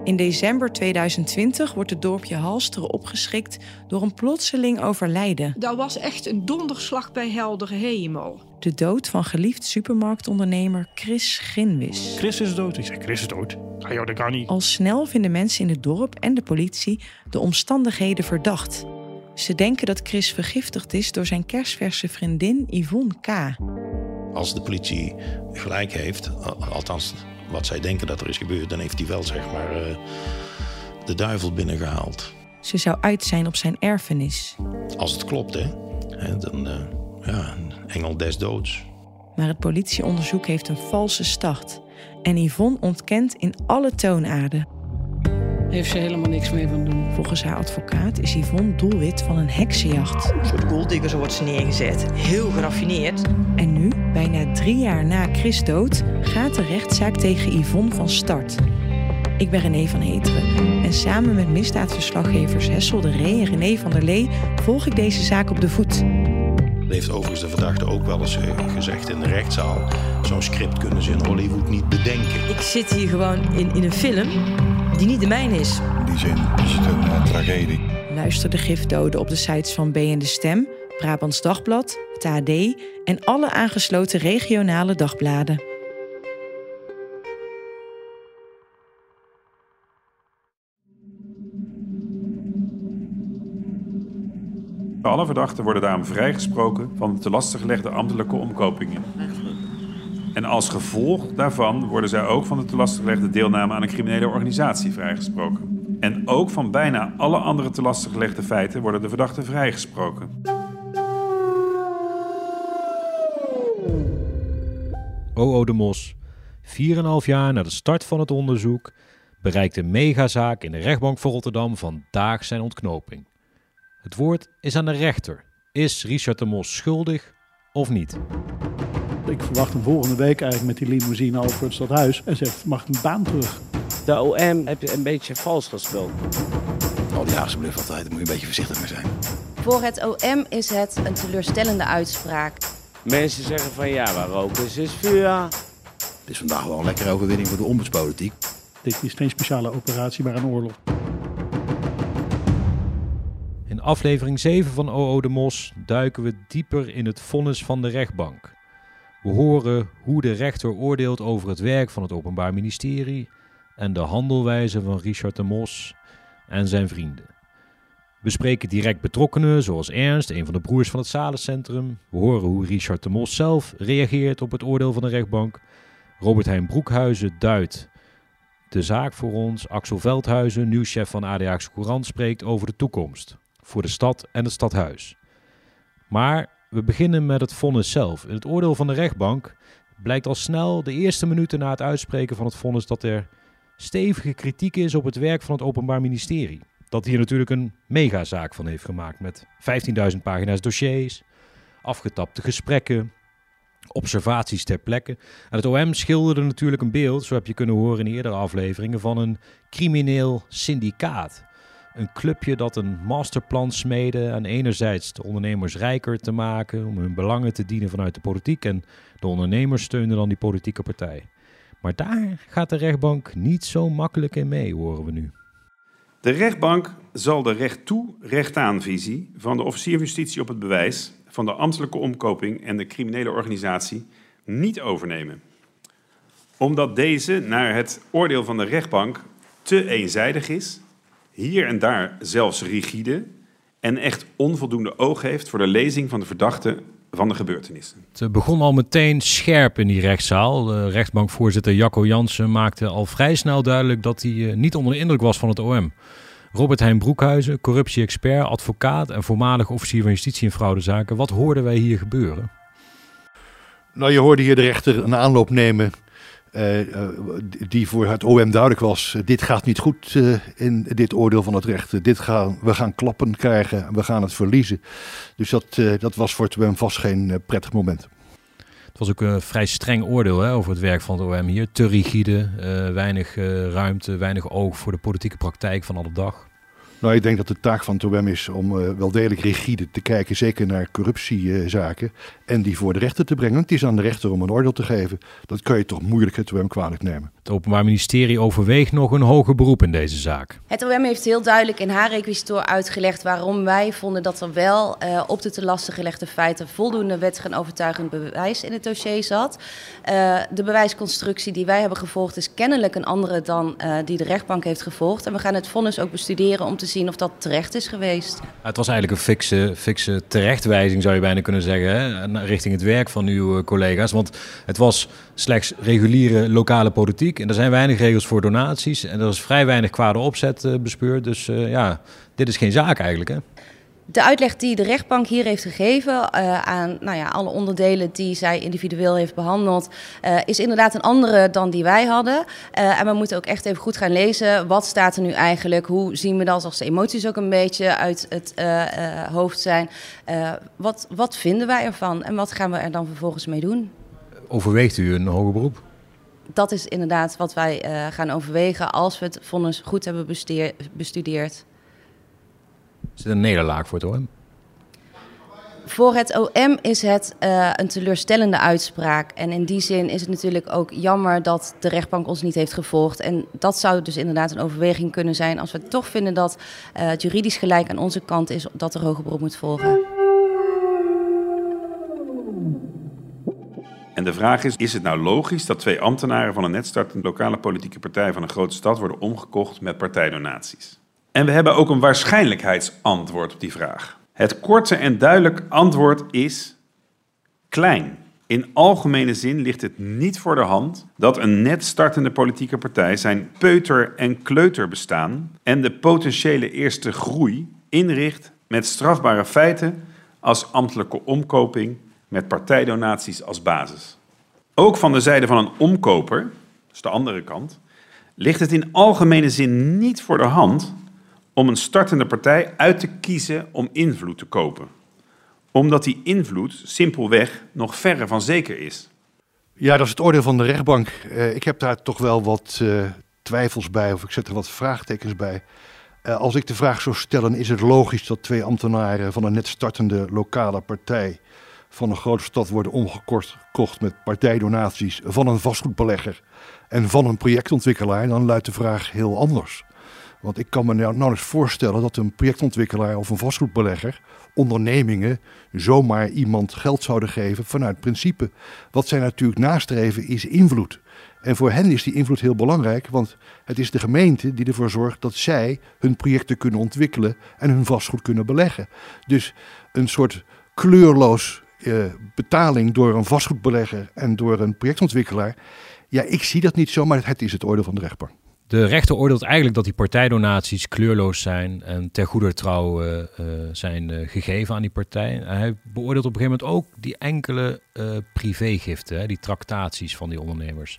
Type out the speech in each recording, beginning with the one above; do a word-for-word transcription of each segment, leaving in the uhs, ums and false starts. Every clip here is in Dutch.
In december tweeduizend twintig wordt het dorpje Halsteren opgeschrikt door een plotseling overlijden. Dat was echt een donderslag bij heldere hemel. De dood van geliefd supermarktondernemer Chris Grinwis. Chris is dood. Ik zeg, Chris is dood. Ah joh, dat kan niet. Al snel vinden mensen in het dorp en de politie de omstandigheden verdacht. Ze denken dat Chris vergiftigd is door zijn kersverse vriendin Yvonne K. Als de politie gelijk heeft, althans wat zij denken dat er is gebeurd, dan heeft hij wel zeg maar uh, de duivel binnengehaald. Ze zou uit zijn op zijn erfenis. Als het klopt, hè, hè dan uh, ja, een engel des doods. Maar het politieonderzoek heeft een valse start. En Yvonne ontkent in alle toonaarden. Heeft ze helemaal niks mee van doen. Volgens haar advocaat is Yvonne doelwit van een heksenjacht. Een soort golddigger, zo wordt ze neergezet. Heel geraffineerd. En nu, bijna drie jaar na Chris dood, gaat de rechtszaak tegen Yvonne van start. Ik ben René van Heteren en samen met misdaadverslaggevers Hessel de Ree en René van der Lee volg ik deze zaak op de voet. Heeft overigens de verdachte ook wel eens gezegd in de rechtszaal. Zo'n script kunnen ze in Hollywood niet bedenken. Ik zit hier gewoon in, in een film die niet de mijne is. In die zin is het een uh, tragedie. Luister de gifdoden op de sites van B en De Stem, Brabants Dagblad, het A D en alle aangesloten regionale dagbladen. Alle verdachten worden daarom vrijgesproken van de te lastig gelegde ambtelijke omkopingen. En als gevolg daarvan worden zij ook van de te lastig gelegde deelname aan een criminele organisatie vrijgesproken. En ook van bijna alle andere te lastig gelegde feiten worden de verdachten vrijgesproken. O O de Mos, vier en een half jaar na de start van het onderzoek, bereikt een megazaak in de rechtbank van Rotterdam vandaag zijn ontknoping. Het woord is aan de rechter. Is Richard de Mos schuldig of niet? Ik verwacht hem volgende week eigenlijk met die limousine over het stadhuis en zegt, mag ik mijn baan terug? De O M heb je een beetje vals gespeeld. Al die Haagse bluff altijd, daar moet je een beetje voorzichtig mee zijn. Voor het O M is het een teleurstellende uitspraak. Mensen zeggen van ja, waar roken is, is vuur. Het is vandaag wel een lekkere overwinning voor de ombudspolitiek. Dit is geen speciale operatie, maar een oorlog. In aflevering zeven van O O de Mos duiken we dieper in het vonnis van de rechtbank. We horen hoe de rechter oordeelt over het werk van het Openbaar Ministerie en de handelwijze van Richard de Mos en zijn vrienden. We spreken direct betrokkenen zoals Ernst, een van de broers van het Salencentrum. We horen hoe Richard de Mos zelf reageert op het oordeel van de rechtbank. Robert Hein Broekhuizen duidt de zaak voor ons. Axel Veldhuizen, nieuwschef van A D Haagse Courant, spreekt over de toekomst voor de stad en het stadhuis. Maar we beginnen met het vonnis zelf. In het oordeel van de rechtbank blijkt al snel de eerste minuten na het uitspreken van het vonnis dat er stevige kritiek is op het werk van het Openbaar Ministerie. Dat hier natuurlijk een megazaak van heeft gemaakt met vijftienduizend pagina's dossiers, afgetapte gesprekken, observaties ter plekke. En het O M schilderde natuurlijk een beeld, zo heb je kunnen horen in eerdere afleveringen, van een crimineel syndicaat. Een clubje dat een masterplan smeedde en enerzijds de ondernemers rijker te maken om hun belangen te dienen vanuit de politiek en de ondernemers steunden dan die politieke partij. Maar daar gaat de rechtbank niet zo makkelijk in mee, horen we nu. De rechtbank zal de recht toe, recht aan visie van de officier van justitie op het bewijs van de ambtelijke omkoping en de criminele organisatie niet overnemen. Omdat deze naar het oordeel van de rechtbank te eenzijdig is, hier en daar zelfs rigide en echt onvoldoende oog heeft voor de lezing van de verdachte van de gebeurtenissen. Het begon al meteen scherp in die rechtszaal. De rechtbankvoorzitter Jacco Jansen maakte al vrij snel duidelijk dat hij niet onder de indruk was van het O M. Robert Hein Broekhuizen, corruptie-expert, advocaat en voormalig officier van justitie en fraudezaken. Wat hoorden wij hier gebeuren? Nou, je hoorde hier de rechter een aanloop nemen uh, uh, die voor het O M duidelijk was. Uh, dit gaat niet goed uh, in dit oordeel van het recht. Dit gaan, we gaan klappen krijgen en we gaan het verliezen. Dus dat, uh, dat was voor het O M vast geen uh, prettig moment. Het was ook een vrij streng oordeel hè, over het werk van het O M hier. Te rigide, uh, weinig uh, ruimte, weinig oog voor de politieke praktijk van alle dag. Nou, ik denk dat de taak van het O M is om uh, wel degelijk rigide te kijken, zeker naar corruptiezaken, uh, en die voor de rechter te brengen. Het is aan de rechter om een oordeel te geven. Dat kan je toch moeilijk het O M kwalijk nemen. Het Openbaar Ministerie overweegt nog een hoger beroep in deze zaak. Het O M heeft heel duidelijk in haar requisitor uitgelegd waarom wij vonden dat er wel uh, op de te lasten gelegde feiten voldoende wettig en overtuigend bewijs in het dossier zat. Uh, de bewijsconstructie die wij hebben gevolgd is kennelijk een andere dan uh, die de rechtbank heeft gevolgd. En we gaan het vonnis ook bestuderen om te zien of dat terecht is geweest. Het was eigenlijk een fikse, fikse terechtwijzing, zou je bijna kunnen zeggen, hè? Richting het werk van uw collega's. Want het was slechts reguliere lokale politiek en er zijn weinig regels voor donaties en er is vrij weinig kwade opzet uh, bespeurd. Dus uh, ja, dit is geen zaak eigenlijk, hè? De uitleg die de rechtbank hier heeft gegeven uh, aan nou ja, alle onderdelen die zij individueel heeft behandeld, uh, is inderdaad een andere dan die wij hadden. Uh, en we moeten ook echt even goed gaan lezen. Wat staat er nu eigenlijk? Hoe zien we dat als de emoties ook een beetje uit het uh, uh, hoofd zijn? Uh, wat, wat vinden wij ervan en wat gaan we er dan vervolgens mee doen? Overweegt u een hoger beroep? Dat is inderdaad wat wij uh, gaan overwegen als we het vonnis goed hebben besteer, bestudeerd. Is het een nederlaag voor het O M? Voor het O M is het uh, een teleurstellende uitspraak. En in die zin is het natuurlijk ook jammer dat de rechtbank ons niet heeft gevolgd. En dat zou dus inderdaad een overweging kunnen zijn als we toch vinden dat uh, het juridisch gelijk aan onze kant is dat er hoger beroep moet volgen. En de vraag is, is het nou logisch dat twee ambtenaren van een net startende lokale politieke partij van een grote stad worden omgekocht met partijdonaties? En we hebben ook een waarschijnlijkheidsantwoord op die vraag. Het korte en duidelijk antwoord is klein. In algemene zin ligt het niet voor de hand dat een net startende politieke partij zijn peuter- en kleuterbestaan en de potentiële eerste groei inricht met strafbare feiten als ambtelijke omkoping met partijdonaties als basis. Ook van de zijde van een omkoper, dus de andere kant, ligt het in algemene zin niet voor de hand om een startende partij uit te kiezen om invloed te kopen. Omdat die invloed simpelweg nog verre van zeker is. Ja, dat is het oordeel van de rechtbank. Uh, ik heb daar toch wel wat uh, twijfels bij, of ik zet er wat vraagtekens bij. Uh, als ik de vraag zou stellen, is het logisch dat twee ambtenaren van een net startende lokale partij van een grote stad worden omgekocht met partijdonaties van een vastgoedbelegger en van een projectontwikkelaar, dan luidt de vraag heel anders. Want ik kan me nou, nou eens voorstellen dat een projectontwikkelaar of een vastgoedbelegger ondernemingen zomaar iemand geld zouden geven vanuit principe. Wat zij natuurlijk nastreven is invloed. En voor hen is die invloed heel belangrijk, want het is de gemeente die ervoor zorgt dat zij hun projecten kunnen ontwikkelen en hun vastgoed kunnen beleggen. Dus een soort kleurloos uh, betaling door een vastgoedbelegger en door een projectontwikkelaar. Ja, ik zie dat niet zo, maar het is het oordeel van de rechtbank. De rechter oordeelt eigenlijk dat die partijdonaties kleurloos zijn en ter goeder trouw uh, uh, zijn uh, gegeven aan die partij. En hij beoordeelt op een gegeven moment ook die enkele uh, privégiften, hè, die tractaties van die ondernemers.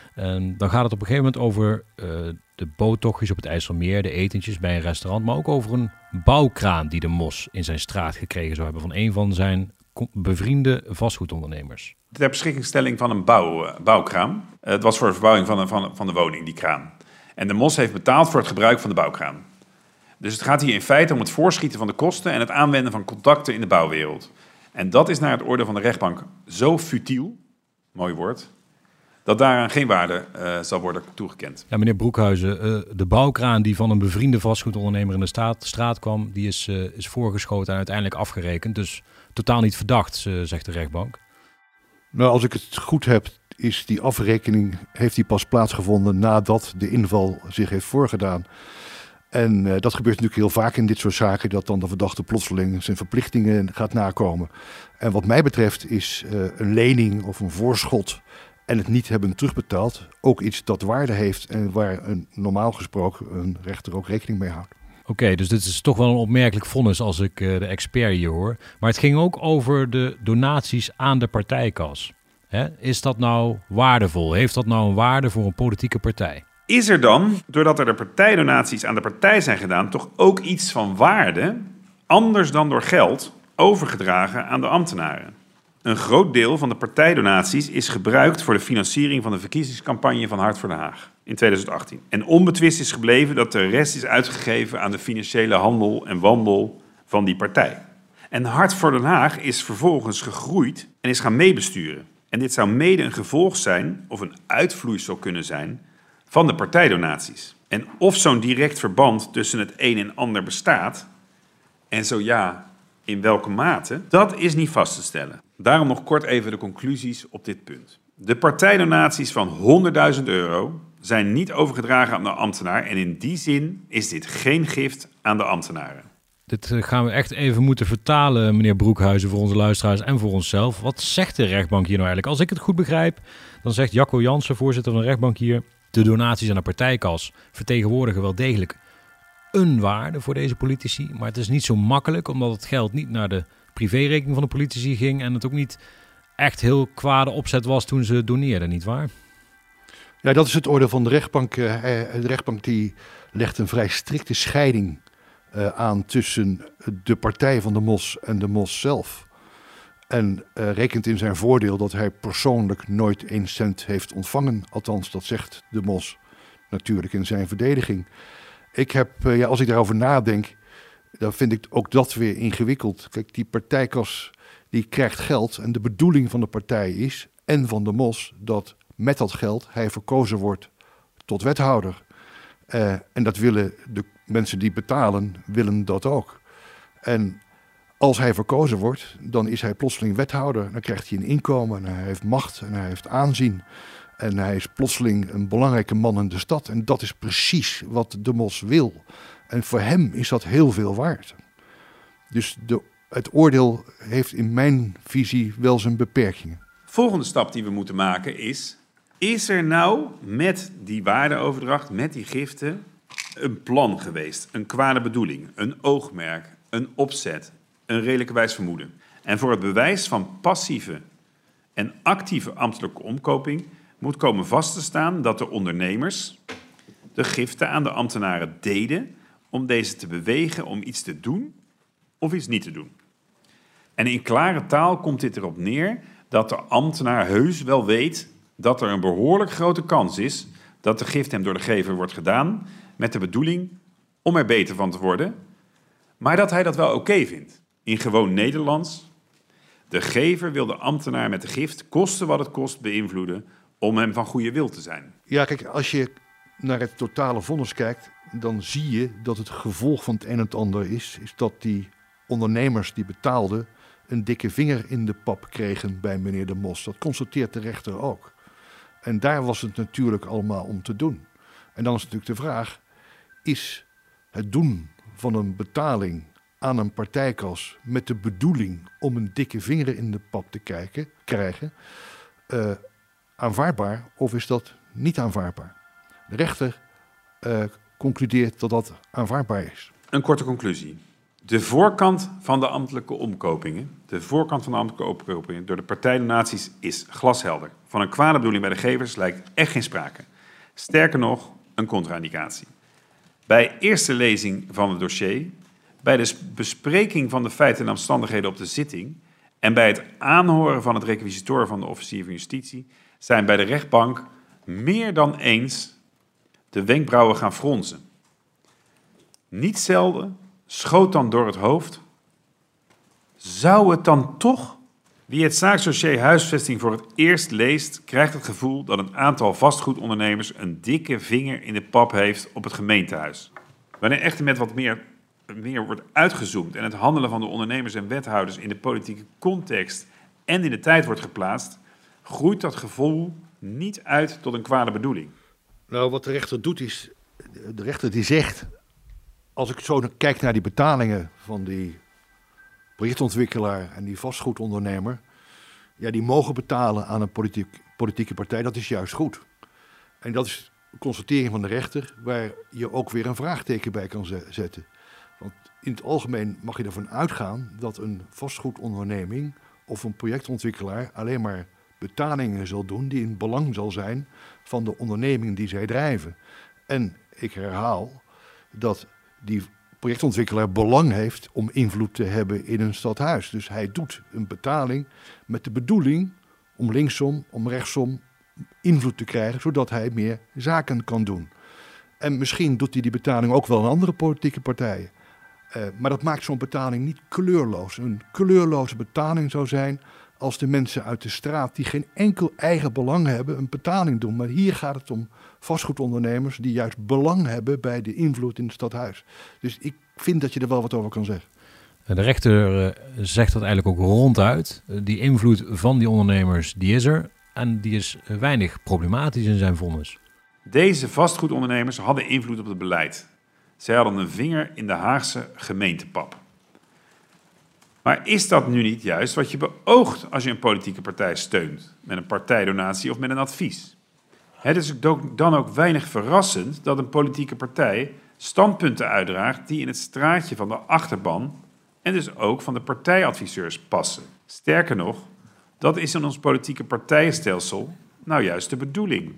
En dan gaat het op een gegeven moment over uh, de boottochtjes op het IJsselmeer, de etentjes bij een restaurant, maar ook over een bouwkraan die de Mos in zijn straat gekregen zou hebben van een van zijn bevriende vastgoedondernemers. Ter beschikkingstelling van een bouw, bouwkraan. Uh, het was voor de verbouwing van, van, van de woning, die kraan. En de Mos heeft betaald voor het gebruik van de bouwkraan. Dus het gaat hier in feite om het voorschieten van de kosten en het aanwenden van contacten in de bouwwereld. En dat is naar het oordeel van de rechtbank zo futiel, mooi woord, dat daaraan geen waarde uh, zal worden toegekend. Ja, meneer Broekhuizen, uh, de bouwkraan die van een bevriende vastgoedondernemer in de staat, straat kwam, die is, uh, is voorgeschoten en uiteindelijk afgerekend. Dus totaal niet verdacht, uh, zegt de rechtbank. Nou, als ik het goed heb, is die afrekening, heeft die pas plaatsgevonden nadat de inval zich heeft voorgedaan. En uh, dat gebeurt natuurlijk heel vaak in dit soort zaken, dat dan de verdachte plotseling zijn verplichtingen gaat nakomen. En wat mij betreft is uh, een lening of een voorschot en het niet hebben terugbetaald ook iets dat waarde heeft en waar een, normaal gesproken een rechter ook rekening mee houdt. Oké, okay, dus dit is toch wel een opmerkelijk vonnis als ik uh, de expert hier hoor. Maar het ging ook over de donaties aan de partijkas. Hè? Is dat nou waardevol? Heeft dat nou een waarde voor een politieke partij? Is er dan, doordat er de partijdonaties aan de partij zijn gedaan, toch ook iets van waarde, anders dan door geld, overgedragen aan de ambtenaren? Een groot deel van de partijdonaties is gebruikt voor de financiering van de verkiezingscampagne van Hart voor Den Haag. in tweeduizend achttien. En onbetwist is gebleven dat de rest is uitgegeven aan de financiële handel en wandel van die partij. En Hart voor Den Haag is vervolgens gegroeid en is gaan meebesturen. En dit zou mede een gevolg zijn, of een uitvloeisel kunnen zijn, van de partijdonaties. En of zo'n direct verband tussen het een en ander bestaat, en zo ja, in welke mate, dat is niet vast te stellen. Daarom nog kort even de conclusies op dit punt. De partijdonaties van honderdduizend euro zijn niet overgedragen aan de ambtenaar en in die zin is dit geen gift aan de ambtenaren. Dit gaan we echt even moeten vertalen, meneer Broekhuizen, voor onze luisteraars en voor onszelf. Wat zegt de rechtbank hier nou eigenlijk? Als ik het goed begrijp, dan zegt Jacco Jansen, voorzitter van de rechtbank hier, de donaties aan de partijkas vertegenwoordigen wel degelijk een waarde voor deze politici. Maar het is niet zo makkelijk, omdat het geld niet naar de privérekening van de politici ging en het ook niet echt heel kwade opzet was toen ze doneerden, nietwaar? Ja, dat is het oordeel van de rechtbank. De rechtbank die legt een vrij strikte scheiding uh, aan tussen de partij van de Mos en de Mos zelf. En uh, rekent in zijn voordeel dat hij persoonlijk nooit één cent heeft ontvangen. Althans, dat zegt de Mos natuurlijk in zijn verdediging. Ik heb, uh, ja, als ik daarover nadenk, dan vind ik ook dat weer ingewikkeld. Kijk, die partijkas die krijgt geld en de bedoeling van de partij is, en van de Mos, dat met dat geld hij verkozen wordt tot wethouder. Uh, en dat willen de mensen die betalen, willen dat ook. En als hij verkozen wordt, dan is hij plotseling wethouder. Dan krijgt hij een inkomen en hij heeft macht en hij heeft aanzien. En hij is plotseling een belangrijke man in de stad. En dat is precies wat de Mos wil. En voor hem is dat heel veel waard. Dus de, het oordeel heeft in mijn visie wel zijn beperkingen. Volgende stap die we moeten maken is, is er nou met die waardeoverdracht, met die giften, een plan geweest? Een kwade bedoeling, een oogmerk, een opzet, een redelijkerwijs vermoeden. En voor het bewijs van passieve en actieve ambtelijke omkoping moet komen vast te staan dat de ondernemers de giften aan de ambtenaren deden om deze te bewegen om iets te doen of iets niet te doen. En in klare taal komt dit erop neer dat de ambtenaar heus wel weet dat er een behoorlijk grote kans is dat de gift hem door de gever wordt gedaan met de bedoeling om er beter van te worden, maar dat hij dat wel oké vindt. In gewoon Nederlands, de gever wil de ambtenaar met de gift, koste wat het kost, beïnvloeden om hem van goede wil te zijn. Ja, kijk, als je naar het totale vonnis kijkt, dan zie je dat het gevolg van het een en het ander is, is dat die ondernemers die betaalden een dikke vinger in de pap kregen bij meneer de Mos. Dat constateert de rechter ook. En daar was het natuurlijk allemaal om te doen. En dan is natuurlijk de vraag, is het doen van een betaling aan een partijkas met de bedoeling om een dikke vinger in de pap te kijken, krijgen, uh, aanvaardbaar of is dat niet aanvaardbaar? De rechter uh, concludeert dat dat aanvaardbaar is. Een korte conclusie. De voorkant van de ambtelijke omkopingen, de voorkant van de ambtelijke omkopingen door de partijdonaties is glashelder. Van een kwade bedoeling bij de gevers lijkt echt geen sprake. Sterker nog, een contra-indicatie. Bij eerste lezing van het dossier, bij de bespreking van de feiten en omstandigheden op de zitting en bij het aanhoren van het requisitor van de officier van justitie zijn bij de rechtbank meer dan eens de wenkbrauwen gaan fronsen. Niet zelden schoot dan door het hoofd, zou het dan toch? Wie het zaaksdossier huisvesting voor het eerst leest, krijgt het gevoel dat een aantal vastgoedondernemers een dikke vinger in de pap heeft op het gemeentehuis. Wanneer echter met wat meer, meer wordt uitgezoomd en het handelen van de ondernemers en wethouders in de politieke context en in de tijd wordt geplaatst, groeit dat gevoel niet uit tot een kwade bedoeling. Nou, wat de rechter doet is, de rechter die zegt, als ik zo kijk naar die betalingen van die projectontwikkelaar en die vastgoedondernemer, ja, die mogen betalen aan een politiek, politieke partij, dat is juist goed. En dat is een constatering van de rechter, waar je ook weer een vraagteken bij kan zetten. Want in het algemeen mag je ervan uitgaan dat een vastgoedonderneming of een projectontwikkelaar alleen maar betalingen zal doen die in belang zal zijn van de onderneming die zij drijven. En ik herhaal dat die projectontwikkelaar belang heeft om invloed te hebben in een stadhuis. Dus hij doet een betaling met de bedoeling om linksom, om rechtsom invloed te krijgen, zodat hij meer zaken kan doen. En misschien doet hij die betaling ook wel aan andere politieke partijen. Uh, maar dat maakt zo'n betaling niet kleurloos. Een kleurloze betaling zou zijn als de mensen uit de straat die geen enkel eigen belang hebben een betaling doen. Maar hier gaat het om vastgoedondernemers die juist belang hebben bij de invloed in het stadhuis. Dus ik vind dat je er wel wat over kan zeggen. De rechter uh, zegt dat eigenlijk ook ronduit. Uh, die invloed van die ondernemers, die is er. En die is uh, weinig problematisch in zijn vonnis. Deze vastgoedondernemers hadden invloed op het beleid. Zij hadden een vinger in de Haagse gemeentepap. Maar is dat nu niet juist wat je beoogt als je een politieke partij steunt? Met een partijdonatie of met een advies? Het is dan ook weinig verrassend dat een politieke partij standpunten uitdraagt die in het straatje van de achterban en dus ook van de partijadviseurs passen. Sterker nog, dat is in ons politieke partijenstelsel nou juist de bedoeling.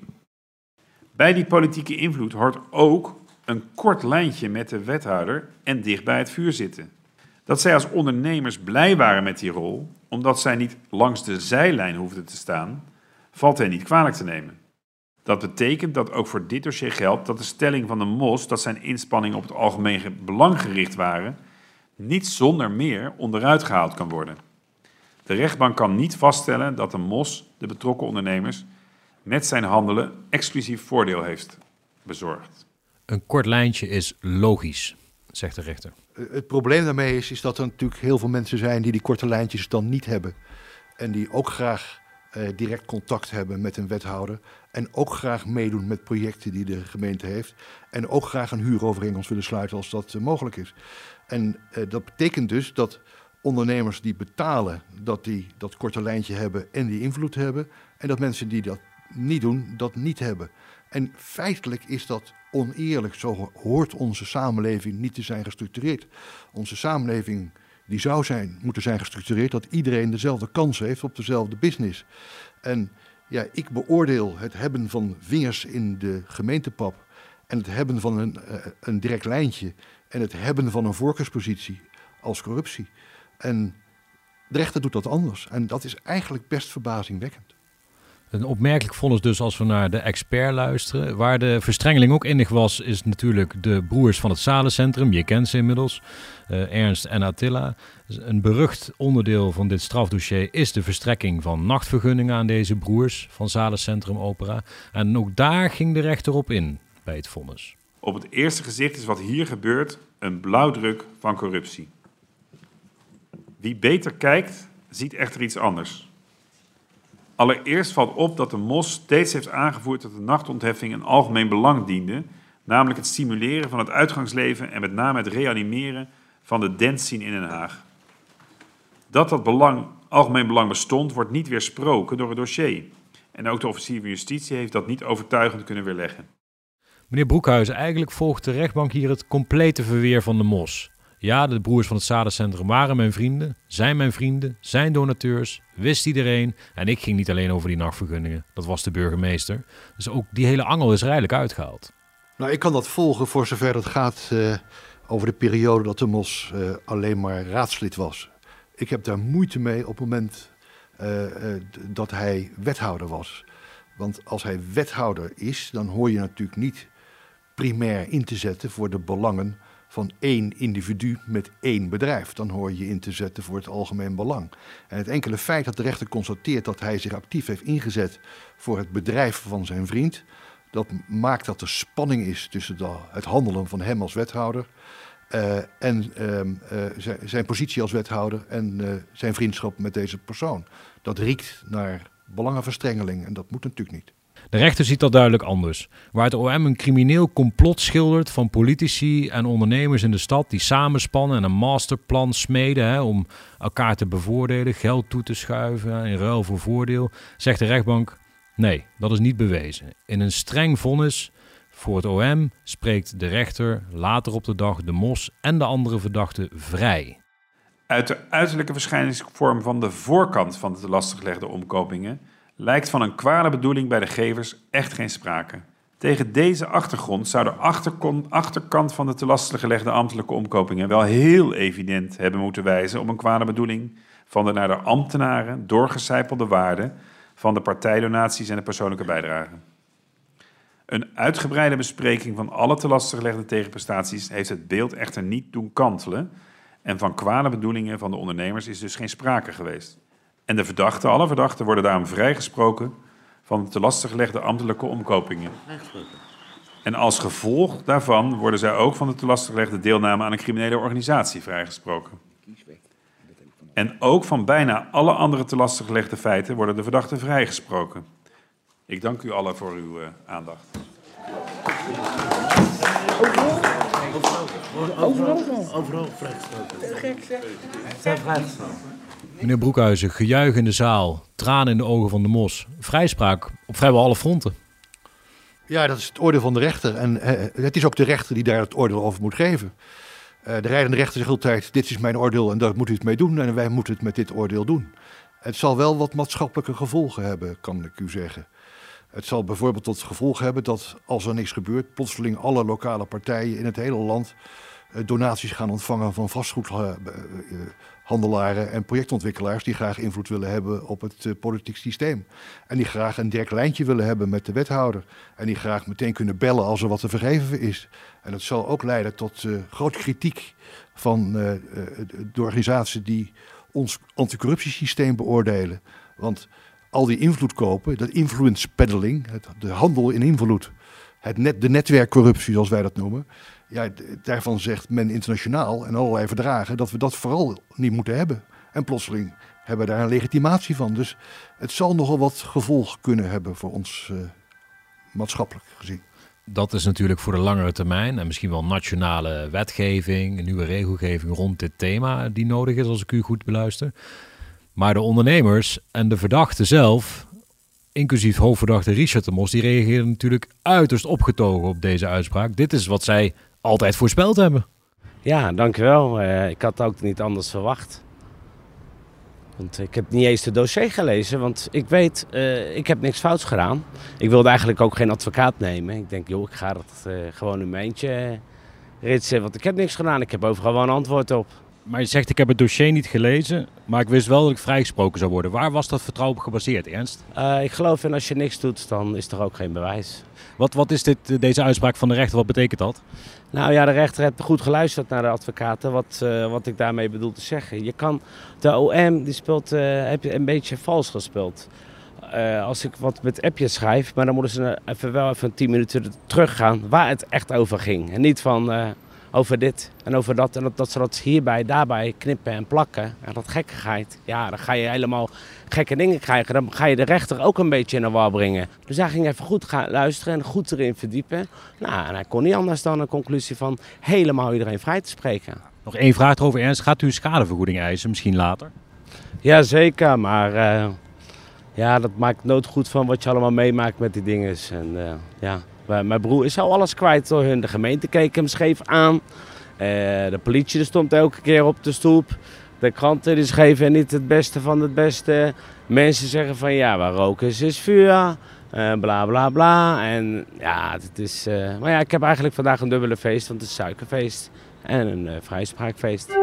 Bij die politieke invloed hoort ook een kort lijntje met de wethouder en dicht bij het vuur zitten. Dat zij als ondernemers blij waren met die rol, omdat zij niet langs de zijlijn hoefden te staan, valt hen niet kwalijk te nemen. Dat betekent dat ook voor dit dossier geldt dat de stelling van de M O S dat zijn inspanningen op het algemeen belang gericht waren, niet zonder meer onderuit gehaald kan worden. De rechtbank kan niet vaststellen dat de M O S de betrokken ondernemers met zijn handelen exclusief voordeel heeft bezorgd. Een kort lijntje is logisch, zegt de rechter. Het probleem daarmee is, is dat er natuurlijk heel veel mensen zijn die die korte lijntjes dan niet hebben. En die ook graag uh, direct contact hebben met een wethouder. En ook graag meedoen met projecten die de gemeente heeft. En ook graag een huurovereenkomst willen sluiten als dat uh, mogelijk is. En uh, dat betekent dus dat ondernemers die betalen, dat die dat korte lijntje hebben en die invloed hebben. En dat mensen die dat niet doen, dat niet hebben. En feitelijk is dat oneerlijk. Zo hoort onze samenleving niet te zijn gestructureerd. Onze samenleving die zou zijn, moeten zijn gestructureerd dat iedereen dezelfde kans heeft op dezelfde business. En ja, ik beoordeel het hebben van vingers in de gemeentepap en het hebben van een, uh, een direct lijntje en het hebben van een voorkeurspositie als corruptie. En de rechter doet dat anders. En dat is eigenlijk best verbazingwekkend. Een opmerkelijk vonnis dus als we naar de expert luisteren. Waar de verstrengeling ook innig was, is natuurlijk de broers van het Salencentrum. Je kent ze inmiddels, uh, Ernst en Attila. Een berucht onderdeel van dit strafdossier is de verstrekking van nachtvergunningen aan deze broers van Salencentrum Opera. En ook daar ging de rechter op in bij het vonnis. Op het eerste gezicht is wat hier gebeurt een blauwdruk van corruptie. Wie beter kijkt, ziet echter iets anders. Allereerst valt op dat de M O S steeds heeft aangevoerd dat de nachtontheffing een algemeen belang diende, namelijk het stimuleren van het uitgangsleven en met name het reanimeren van de dancescene in Den Haag. Dat dat belang, algemeen belang bestond, wordt niet weersproken door het dossier. En ook de officier van justitie heeft dat niet overtuigend kunnen weerleggen. Meneer Broekhuizen, eigenlijk volgt de rechtbank hier het complete verweer van de M O S. Ja, de broers van het Salencentrum waren mijn vrienden, zijn mijn vrienden, zijn donateurs, wist iedereen. En ik ging niet alleen over die nachtvergunningen, dat was de burgemeester. Dus ook die hele angel is er eigenlijk uitgehaald. Nou, ik kan dat volgen voor zover het gaat uh, over de periode dat de M O S uh, alleen maar raadslid was. Ik heb daar moeite mee op het moment uh, uh, dat hij wethouder was. Want als hij wethouder is, dan hoor je natuurlijk niet primair in te zetten voor de belangen van één individu met één bedrijf. Dan hoor je in te zetten voor het algemeen belang. En het enkele feit dat de rechter constateert dat hij zich actief heeft ingezet voor het bedrijf van zijn vriend, dat maakt dat er spanning is tussen de, het handelen van hem als wethouder uh, en uh, uh, zijn, zijn positie als wethouder en uh, zijn vriendschap met deze persoon. Dat riekt naar belangenverstrengeling en dat moet natuurlijk niet. De rechter ziet dat duidelijk anders. Waar het O M een crimineel complot schildert van politici en ondernemers in de stad die samenspannen en een masterplan smeden hè, om elkaar te bevoordelen, geld toe te schuiven in ruil voor voordeel, zegt de rechtbank, nee, dat is niet bewezen. In een streng vonnis voor het O M spreekt de rechter later op de dag de M O S en de andere verdachten vrij. Uit de uiterlijke verschijningsvorm van de voorkant van de te lastiggelegde omkopingen lijkt van een kwade bedoeling bij de gevers echt geen sprake. Tegen deze achtergrond zou de achterkant, achterkant van de te lastiggelegde ambtelijke omkopingen wel heel evident hebben moeten wijzen op een kwade bedoeling van de naar de ambtenaren doorgecijpelde waarde van de partijdonaties en de persoonlijke bijdragen. Een uitgebreide bespreking van alle te lastig gelegde tegenprestaties heeft het beeld echter niet doen kantelen en van kwade bedoelingen van de ondernemers is dus geen sprake geweest. En de verdachten, alle verdachten worden daarom vrijgesproken van de te lastig gelegde ambtelijke omkopingen. En als gevolg daarvan worden zij ook van de te lastig gelegde deelname aan een criminele organisatie vrijgesproken. En ook van bijna alle andere te lastig gelegde feiten worden de verdachten vrijgesproken. Ik dank u allen voor uw uh, aandacht. Overal? Overal vrijgesproken. Gek zeg. Zijn vrijgesproken. Meneer Broekhuizen, gejuich in de zaal, tranen in de ogen van de mos. Vrijspraak op vrijwel alle fronten. Ja, dat is het oordeel van de rechter. En uh, het is ook de rechter die daar het oordeel over moet geven. Uh, de rijdende rechter zegt altijd, dit is mijn oordeel en daar moet u het mee doen. En wij moeten het met dit oordeel doen. Het zal wel wat maatschappelijke gevolgen hebben, kan ik u zeggen. Het zal bijvoorbeeld tot gevolg hebben dat als er niks gebeurt, plotseling alle lokale partijen in het hele land uh, donaties gaan ontvangen van vastgoedhandelaren en projectontwikkelaars die graag invloed willen hebben op het uh, politiek systeem. En die graag een direct lijntje willen hebben met de wethouder. En die graag meteen kunnen bellen als er wat te vergeven is. En dat zal ook leiden tot uh, grote kritiek van uh, uh, de organisatie die ons anticorruptiesysteem beoordelen. Want al die invloed kopen, dat influence peddling, het, de handel in invloed, het net, de netwerkcorruptie zoals wij dat noemen. Ja, d- daarvan zegt men internationaal en allerlei verdragen dat we dat vooral niet moeten hebben. En plotseling hebben we daar een legitimatie van. Dus het zal nogal wat gevolg kunnen hebben voor ons uh, maatschappelijk gezien. Dat is natuurlijk voor de langere termijn en misschien wel nationale wetgeving, een nieuwe regelgeving rond dit thema die nodig is als ik u goed beluister. Maar de ondernemers en de verdachte zelf, inclusief hoofdverdachte Richard de Mos, die reageerden natuurlijk uiterst opgetogen op deze uitspraak. Dit is wat zij altijd voorspeld hebben. Ja, dankjewel. Uh, ik had ook niet anders verwacht. Want ik heb niet eens het dossier gelezen, want ik weet, uh, ik heb niks fouts gedaan. Ik wilde eigenlijk ook geen advocaat nemen. Ik denk, joh, ik ga dat uh, gewoon in mijn eentje ritsen, want ik heb niks gedaan. Ik heb overal wel een antwoord op. Maar je zegt, ik heb het dossier niet gelezen, maar ik wist wel dat ik vrijgesproken zou worden. Waar was dat vertrouwen op gebaseerd, Ernst? Uh, ik geloof in als je niks doet, dan is er ook geen bewijs. Wat, wat is dit, deze uitspraak van de rechter, wat betekent dat? Nou ja, de rechter heeft goed geluisterd naar de advocaten, wat, uh, wat ik daarmee bedoel te zeggen. Je kan, de O M die speelt, uh, heb je een beetje vals gespeeld. Uh, als ik wat met appjes schrijf, maar dan moeten ze even wel even tien minuten teruggaan waar het echt over ging. En niet van uh, over dit en over dat en dat, dat ze dat hierbij, daarbij knippen en plakken. En dat gekkigheid, ja, dan ga je helemaal gekke dingen krijgen. Dan ga je de rechter ook een beetje in de war brengen. Dus hij ging even goed gaan luisteren en goed erin verdiepen. Nou, en hij kon niet anders dan een conclusie van helemaal iedereen vrij te spreken. Nog één vraag erover, Ernst. Gaat u schadevergoeding eisen, misschien later? Jazeker, maar uh, ja, dat maakt nooit goed van wat je allemaal meemaakt met die dingen. En uh, ja, mijn broer is al alles kwijt door hun. De gemeente keek hem scheef aan. Uh, de politie stond elke keer op de stoep. De kranten die schreven niet het beste van het beste. Mensen zeggen van ja, waar roken is, is vuur. Uh, bla bla bla. En ja, het is. Uh, maar ja, ik heb eigenlijk vandaag een dubbele feest, want het is suikerfeest en een uh, vrijspraakfeest.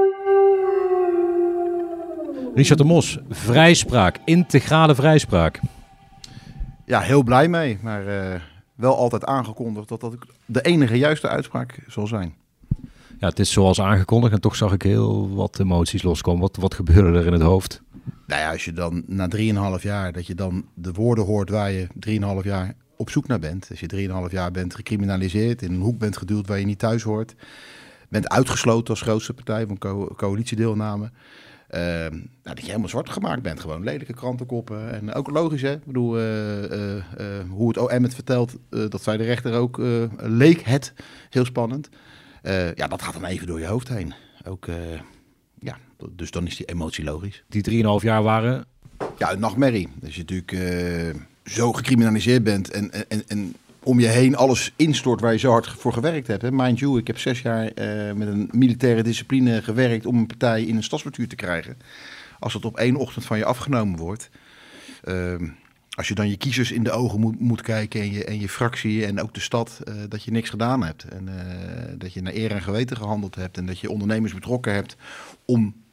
Richard de Mos, vrijspraak, integrale vrijspraak. Ja, heel blij mee, maar uh, wel altijd aangekondigd dat dat de enige juiste uitspraak zal zijn. Ja, het is zoals aangekondigd en toch zag ik heel wat emoties loskomen. Wat, wat gebeurde er in het hoofd? Nou ja, als je dan na drieënhalf jaar, dat je dan de woorden hoort waar je drieënhalf jaar op zoek naar bent. Als je drieënhalf jaar bent gecriminaliseerd, in een hoek bent geduwd waar je niet thuis hoort. Bent uitgesloten als grootste partij van co- coalitiedeelname. Uh, nou, dat je helemaal zwart gemaakt bent, gewoon lelijke krantenkoppen. En ook logisch, hè? Ik bedoel, uh, uh, uh, hoe het O M het vertelt, uh, dat zei de rechter ook, uh, leek het heel spannend. Uh, ja, dat gaat dan even door je hoofd heen. Ook, uh, ja, dus dan is die emotie logisch. Die drieënhalf jaar waren? Ja, een nachtmerrie. Als je natuurlijk uh, zo gecriminaliseerd bent en, en, en om je heen alles instort waar je zo hard voor gewerkt hebt. Hè. Mind you, ik heb zes jaar uh, met een militaire discipline gewerkt om een partij in een stadsbestuur te krijgen. Als het op één ochtend van je afgenomen wordt. Uh, als je dan je kiezers in de ogen moet, moet kijken en je, en je fractie en ook de stad, uh, dat je niks gedaan hebt. En uh, dat je naar eer en geweten gehandeld hebt en dat je ondernemers betrokken hebt om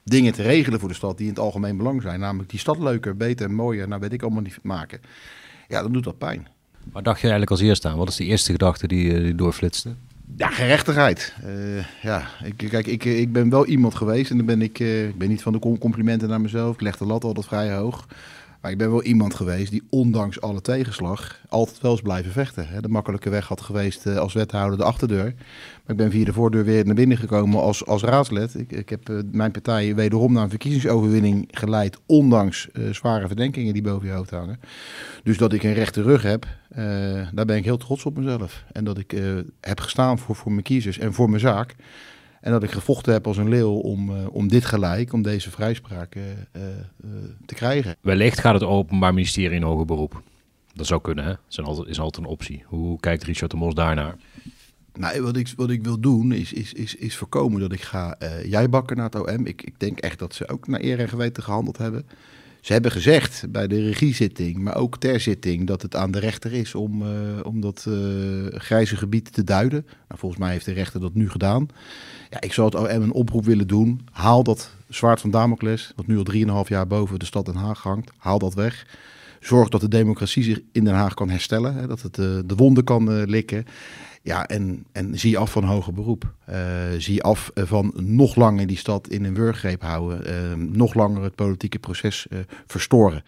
dingen te regelen voor de stad die in het algemeen belang zijn. Namelijk die stad leuker, beter en mooier, nou weet ik allemaal niet maken. Ja, dan doet dat pijn. Waar dacht je eigenlijk als eerste aan? Wat is de eerste gedachte die, die doorflitste? Ja, gerechtigheid. Uh, ja, ik, kijk, ik, ik ben wel iemand geweest en dan ben ik, uh, ik ben niet van de complimenten naar mezelf. Ik leg de lat altijd vrij hoog. Maar ik ben wel iemand geweest die ondanks alle tegenslag altijd wel eens blijven vechten. Hè. De makkelijke weg had geweest uh, als wethouder de achterdeur. Maar ik ben via de voordeur weer naar binnen gekomen als, als raadslid. Ik, ik heb uh, mijn partij wederom naar een verkiezingsoverwinning geleid, ondanks uh, zware verdenkingen die boven je hoofd hangen. Dus dat ik een rechte rug heb, uh, daar ben ik heel trots op mezelf. En dat ik uh, heb gestaan voor, voor mijn kiezers en voor mijn zaak. En dat ik gevochten heb als een leeuw om, uh, om dit gelijk, om deze vrijspraak uh, uh, te krijgen. Wellicht gaat het Openbaar Ministerie in hoger beroep. Dat zou kunnen, hè? Dat is altijd, is altijd een optie. Hoe kijkt Richard de Mos daarnaar? Nou, wat ik, wat ik wil doen is, is, is, is voorkomen dat ik ga uh, jijbakken naar het O M. Ik, ik denk echt dat ze ook naar eer en geweten gehandeld hebben. Ze hebben gezegd bij de regiezitting, maar ook ter zitting, dat het aan de rechter is om, uh, om dat uh, grijze gebied te duiden. Nou, volgens mij heeft de rechter dat nu gedaan. Ja, ik zou het O M een oproep willen doen. Haal dat zwaard van Damocles, dat nu al drieënhalf jaar boven de stad Den Haag hangt. Haal dat weg. Zorg dat de democratie zich in Den Haag kan herstellen. Hè, dat het uh, de wonden kan uh, likken. Ja, en, en zie af van hoger beroep. Uh, zie af uh, van nog langer die stad in een wurggreep houden. Uh, nog langer het politieke proces uh, verstoren.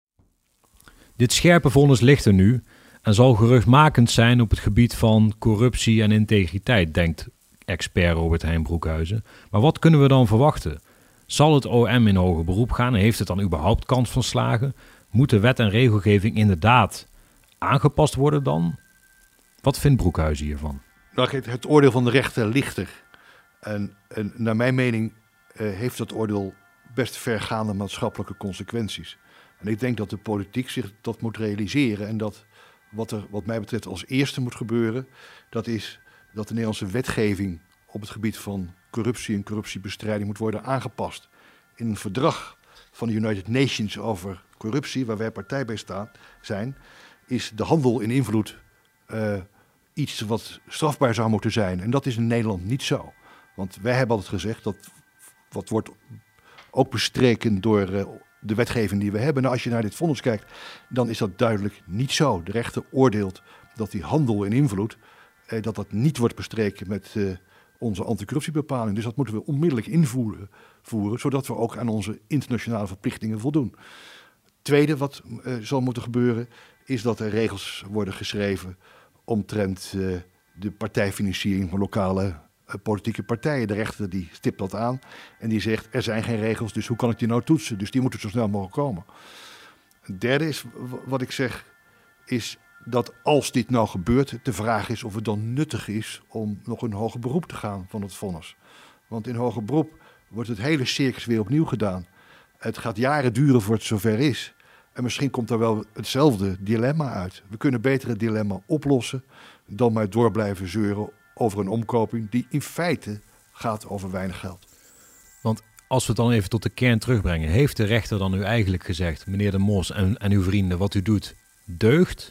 Dit scherpe vonnis ligt er nu en zal geruchtmakend zijn op het gebied van corruptie en integriteit, denkt expert Robert Hein Broekhuizen. Maar wat kunnen we dan verwachten? Zal het O M in hoger beroep gaan? Heeft het dan überhaupt kans van slagen? Moet de wet en regelgeving inderdaad aangepast worden dan? Wat vindt Broekhuizen hiervan? Nou, het oordeel van de rechter ligt er. En, en naar mijn mening uh, heeft dat oordeel best vergaande maatschappelijke consequenties. En ik denk dat de politiek zich dat moet realiseren. En dat wat er wat mij betreft als eerste moet gebeuren, dat is dat de Nederlandse wetgeving op het gebied van corruptie en corruptiebestrijding moet worden aangepast. In een verdrag van de United Nations over corruptie, waar wij partij bij staan, zijn, is de handel in invloed uh, iets wat strafbaar zou moeten zijn. En dat is in Nederland niet zo. Want wij hebben altijd gezegd, dat wat wordt ook bestreken door uh, de wetgeving die we hebben. Nou, als je naar dit vonnis kijkt, dan is dat duidelijk niet zo. De rechter oordeelt dat die handel in invloed, uh, dat dat niet wordt bestreken met uh, onze anticorruptiebepaling. Dus dat moeten we onmiddellijk invoeren, voeren, zodat we ook aan onze internationale verplichtingen voldoen. Het tweede wat uh, zal moeten gebeuren, is dat er regels worden geschreven omtrent uh, de partijfinanciering van lokale uh, politieke partijen. De rechter die stipt dat aan en die zegt, er zijn geen regels, dus hoe kan ik die nou toetsen? Dus die moeten zo snel mogelijk komen. Het derde is, wat ik zeg, is dat als dit nou gebeurt, de vraag is of het dan nuttig is om nog in hoger beroep te gaan van het vonnis. Want in hoger beroep wordt het hele circus weer opnieuw gedaan. Het gaat jaren duren voor het zover is. En misschien komt er wel hetzelfde dilemma uit. We kunnen beter het dilemma oplossen dan maar door blijven zeuren over een omkoping die in feite gaat over weinig geld. Want als we het dan even tot de kern terugbrengen, heeft de rechter dan nu eigenlijk gezegd, meneer de Mos en, en uw vrienden, wat u doet deugt?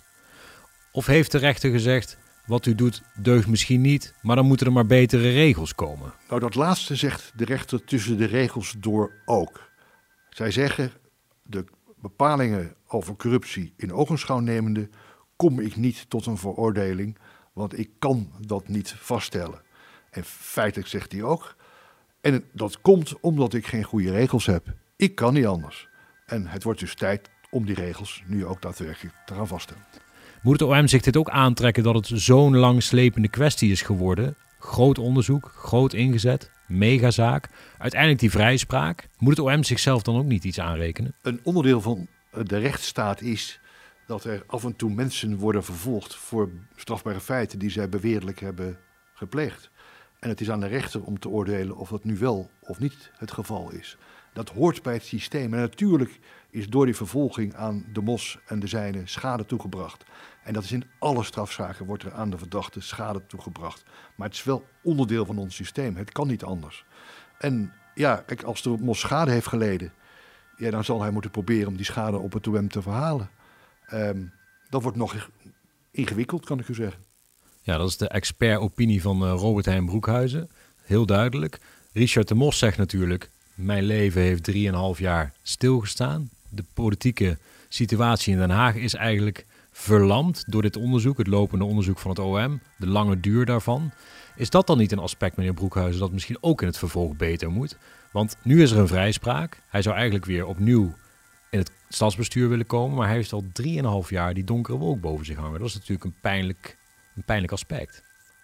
Of heeft de rechter gezegd, wat u doet deugt misschien niet, maar dan moeten er maar betere regels komen? Nou, dat laatste zegt de rechter tussen de regels door ook. Zij zeggen, de bepalingen over corruptie in ogenschouw nemende, kom ik niet tot een veroordeling, want ik kan dat niet vaststellen. En feitelijk zegt hij ook, en dat komt omdat ik geen goede regels heb. Ik kan niet anders. En het wordt dus tijd om die regels nu ook daadwerkelijk te gaan vaststellen. Moet het O M zich dit ook aantrekken dat het zo'n langslepende kwestie is geworden? Groot onderzoek, groot ingezet, megazaak. Uiteindelijk die vrijspraak. Moet het O M zichzelf dan ook niet iets aanrekenen? Een onderdeel van de rechtsstaat is dat er af en toe mensen worden vervolgd voor strafbare feiten die zij beweerlijk hebben gepleegd. En het is aan de rechter om te oordelen of dat nu wel of niet het geval is. Dat hoort bij het systeem. En natuurlijk is door die vervolging aan de Mos en de zijnen schade toegebracht. En dat is in alle strafzaken, wordt er aan de verdachte schade toegebracht. Maar het is wel onderdeel van ons systeem. Het kan niet anders. En ja, kijk, als de Mos schade heeft geleden, ja, dan zal hij moeten proberen om die schade op het O M te verhalen. Um, dat wordt nog ingewikkeld, kan ik u zeggen. Ja, dat is de expertopinie van uh, Robert Hein Broekhuizen. Heel duidelijk. Richard de Mos zegt natuurlijk, Mijn leven heeft drieënhalf jaar stilgestaan. De politieke situatie in Den Haag is eigenlijk verlamd door dit onderzoek, het lopende onderzoek van het O M, de lange duur daarvan. Is dat dan niet een aspect, meneer Broekhuizen, dat misschien ook in het vervolg beter moet? Want nu is er een vrijspraak. Hij zou eigenlijk weer opnieuw in het stadsbestuur willen komen, maar hij heeft al drieënhalf jaar die donkere wolk boven zich hangen. Dat is natuurlijk een pijnlijk, een pijnlijk aspect.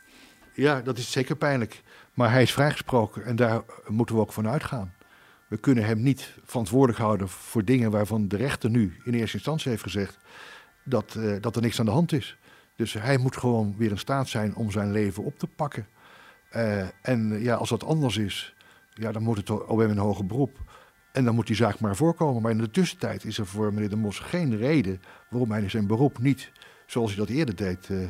Ja, dat is zeker pijnlijk. Maar hij is vrijgesproken en daar moeten we ook van uitgaan. We kunnen hem niet verantwoordelijk houden voor dingen waarvan de rechter nu in eerste instantie heeft gezegd dat, uh, dat er niks aan de hand is. Dus hij moet gewoon weer in staat zijn om zijn leven op te pakken. Uh, en uh, ja, als dat anders is, ja, dan moet het O M in hoger beroep. En dan moet die zaak maar voorkomen. Maar in de tussentijd is er voor meneer De Mos geen reden waarom hij zijn beroep niet, zoals hij dat eerder deed, uh, uh,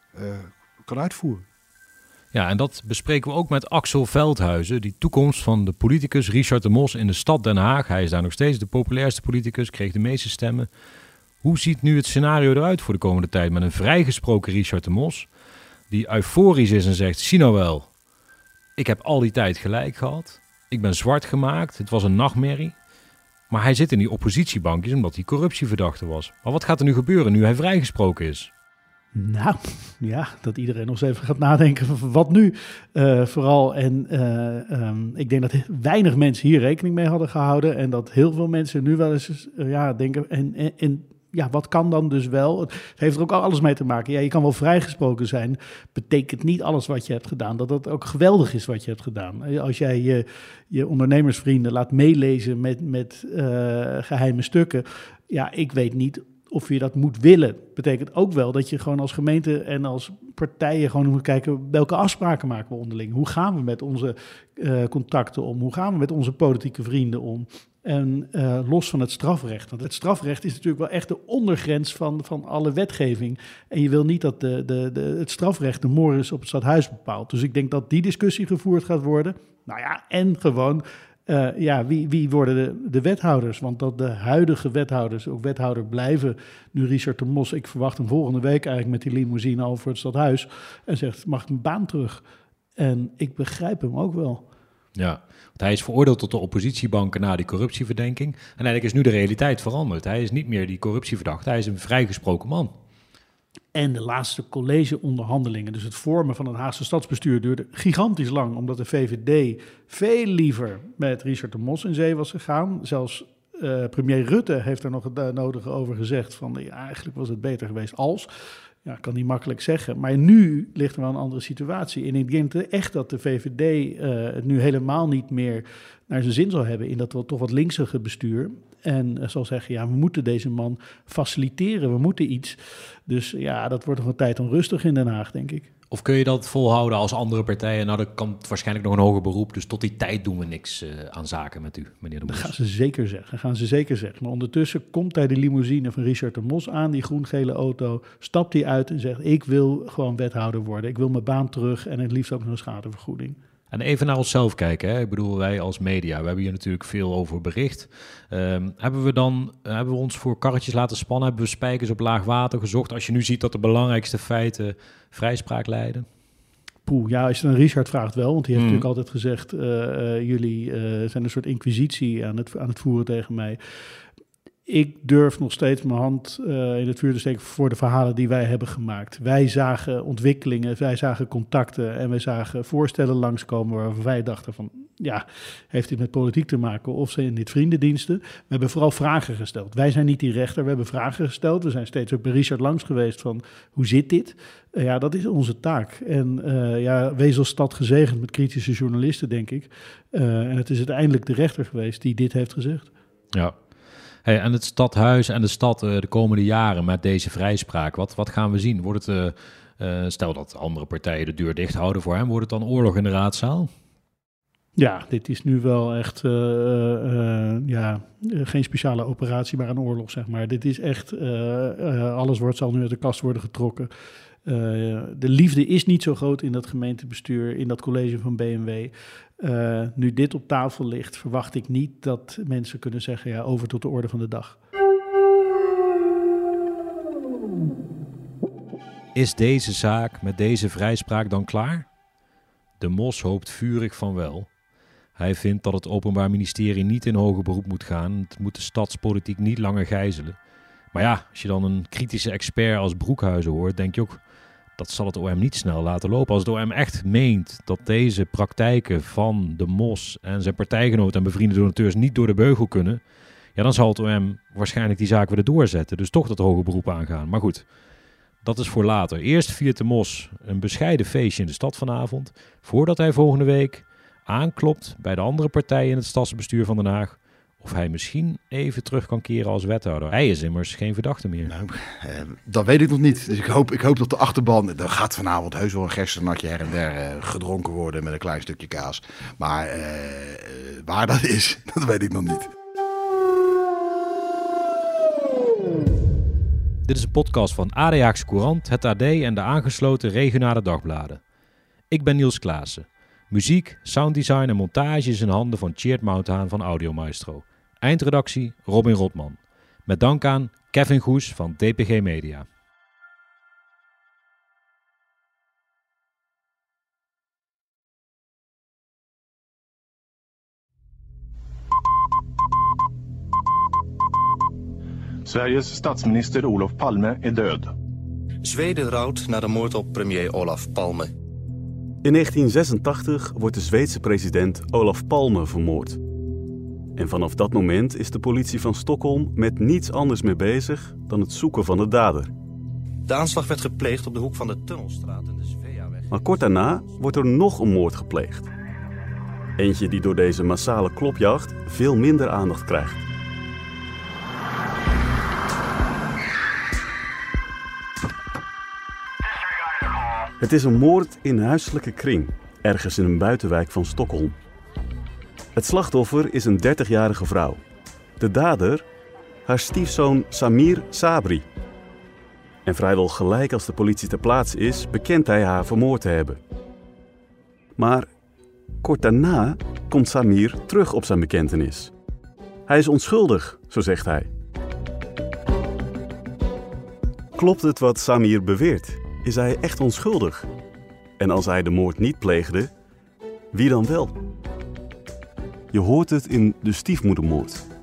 kan uitvoeren. Ja, en dat bespreken we ook met Axel Veldhuizen, die toekomst van de politicus Richard De Mos in de stad Den Haag. Hij is daar nog steeds de populairste politicus, kreeg de meeste stemmen. Hoe ziet nu het scenario eruit voor de komende tijd met een vrijgesproken Richard De Mos, die euforisch is en zegt, zie nou wel, ik heb al die tijd gelijk gehad, ik ben zwart gemaakt, het was een nachtmerrie. Maar hij zit in die oppositiebankjes omdat hij corruptieverdachte was. Maar wat gaat er nu gebeuren nu hij vrijgesproken is? Nou, ja, dat iedereen nog eens even gaat nadenken van wat nu uh, vooral. En uh, um, ik denk dat weinig mensen hier rekening mee hadden gehouden. En dat heel veel mensen nu wel eens uh, ja, denken, en, en, en ja, wat kan dan dus wel? Het heeft er ook alles mee te maken. Ja, je kan wel vrijgesproken zijn. Betekent niet alles wat je hebt gedaan, dat dat ook geweldig is wat je hebt gedaan. Als jij je, je ondernemersvrienden laat meelezen met, met uh, geheime stukken. Ja, ik weet niet of je dat moet willen. Betekent ook wel dat je gewoon als gemeente en als partijen gewoon moet kijken welke afspraken maken we onderling. Hoe gaan we met onze uh, contacten om? Hoe gaan we met onze politieke vrienden om? En uh, los van het strafrecht. Want het strafrecht is natuurlijk wel echt de ondergrens van, van alle wetgeving. En je wil niet dat de, de, de, het strafrecht de mores op het stadhuis bepaalt. Dus ik denk dat die discussie gevoerd gaat worden. Nou ja, en gewoon Uh, ja, wie, wie worden de, de wethouders? Want dat de huidige wethouders ook wethouder blijven. Nu Richard De Mos, ik verwacht hem volgende week eigenlijk met die limousine over het stadhuis. En zegt, mag ik mijn baan terug? En ik begrijp hem ook wel. Ja, want hij is veroordeeld tot de oppositiebanken na die corruptieverdenking. En eigenlijk is nu de realiteit veranderd. Hij is niet meer die corruptieverdachte, hij is een vrijgesproken man. En de laatste collegeonderhandelingen, dus het vormen van het Haagse stadsbestuur, duurde gigantisch lang, omdat de V V D veel liever met Richard De Mos in zee was gegaan. Zelfs uh, premier Rutte heeft er nog het nodige over gezegd van, ja, eigenlijk was het beter geweest als. Ja, ik kan niet makkelijk zeggen. Maar nu ligt er wel een andere situatie. En ik denk echt dat de V V D uh, het nu helemaal niet meer naar zijn zin zal hebben in dat wel toch wat linksige bestuur. En uh, zal zeggen, ja, we moeten deze man faciliteren, we moeten iets. Dus ja, dat wordt nog een tijd onrustig in Den Haag, denk ik. Of kun je dat volhouden als andere partijen? Nou, dan kan het waarschijnlijk nog een hoger beroep. Dus tot die tijd doen we niks uh, aan zaken met u, meneer De Mos. Dat gaan ze zeker zeggen. Dat gaan ze zeker zeggen. Maar ondertussen komt hij de limousine van Richard De Mos aan, die groen-gele auto. Stapt hij uit en zegt, ik wil gewoon wethouder worden. Ik wil mijn baan terug en het liefst ook nog een schadevergoeding. En even naar onszelf kijken. Hè? Ik bedoel, wij als media, we hebben hier natuurlijk veel over bericht. Um, hebben we dan hebben we ons voor karretjes laten spannen? Hebben we spijkers op laag water gezocht? Als je nu ziet dat de belangrijkste feiten vrijspraak leiden? Poeh, ja, als je dan Richard vraagt wel, want die heeft hmm. natuurlijk altijd gezegd, uh, uh, jullie uh, zijn een soort inquisitie aan het, aan het voeren tegen mij. Ik durf nog steeds mijn hand uh, in het vuur te steken voor de verhalen die wij hebben gemaakt. Wij zagen ontwikkelingen, wij zagen contacten en wij zagen voorstellen langskomen waarvan wij dachten van, ja, heeft dit met politiek te maken of zijn dit vriendendiensten? We hebben vooral vragen gesteld. Wij zijn niet die rechter, we hebben vragen gesteld. We zijn steeds ook bij Richard langs geweest van, hoe zit dit? Uh, ja, dat is onze taak. En uh, ja, wees als stad gezegend met kritische journalisten, denk ik. Uh, en het is uiteindelijk de rechter geweest die dit heeft gezegd. Ja. Hey, en het stadhuis en de stad uh, de komende jaren met deze vrijspraak, wat, wat gaan we zien? Wordt het, uh, uh, stel dat andere partijen de deur dicht houden voor hem, wordt het dan oorlog in de raadzaal? Ja, dit is nu wel echt uh, uh, ja, geen speciale operatie, maar een oorlog, zeg maar. Dit is echt, uh, uh, alles wordt, zal nu uit de kast worden getrokken. Uh, de liefde is niet zo groot in dat gemeentebestuur, in dat college van B M W. Uh, nu dit op tafel ligt, verwacht ik niet dat mensen kunnen zeggen, ja, over tot de orde van de dag. Is deze zaak met deze vrijspraak dan klaar? De Mos hoopt vurig van wel. Hij vindt dat het Openbaar Ministerie niet in hoger beroep moet gaan. Het moet de stadspolitiek niet langer gijzelen. Maar ja, als je dan een kritische expert als Broekhuizen hoort, denk je ook, dat zal het O M niet snel laten lopen. Als het O M echt meent dat deze praktijken van de Mos en zijn partijgenoten en bevriende donateurs niet door de beugel kunnen, ja, dan zal het O M waarschijnlijk die zaak willen doorzetten. Dus toch dat hoger beroep aangaan. Maar goed, dat is voor later. Eerst viert de Mos een bescheiden feestje in de stad vanavond, voordat hij volgende week aanklopt bij de andere partijen in het stadsbestuur van Den Haag of hij misschien even terug kan keren als wethouder. Hij is immers geen verdachte meer. Nou, eh, dat weet ik nog niet. Dus ik hoop, ik hoop dat de achterban, er gaat vanavond heus wel een gerstennatje her en der eh, gedronken worden met een klein stukje kaas. Maar eh, waar dat is, dat weet ik nog niet. Dit is een podcast van A D Haagse Courant, het A D en de aangesloten regionale dagbladen. Ik ben Niels Klaassen. Muziek, sounddesign en montage is in handen van Tjeerd Mouthaan van Audio Maestro. Eindredactie Robin Rotman. Met dank aan Kevin Goes van D P G Media. Sveriges statsminister Olof Palme är död. Zweden rouwt na de moord op premier Olof Palme. In negentien zesentachtig wordt de Zweedse president Olof Palme vermoord. En vanaf dat moment is de politie van Stockholm met niets anders meer bezig dan het zoeken van de dader. De aanslag werd gepleegd op de hoek van de Tunnelstraat en de Sveaweg. Maar kort daarna wordt er nog een moord gepleegd. Eentje die door deze massale klopjacht veel minder aandacht krijgt. Het is een moord in huiselijke kring, ergens in een buitenwijk van Stockholm. Het slachtoffer is een dertigjarige vrouw. De dader, haar stiefzoon Samir Sabri. En vrijwel gelijk als de politie ter plaatse is, bekent hij haar vermoord te hebben. Maar kort daarna komt Samir terug op zijn bekentenis. Hij is onschuldig, zo zegt hij. Klopt het wat Samir beweert? Is hij echt onschuldig? En als hij de moord niet pleegde, wie dan wel? Je hoort het in De Stiefmoedermoord.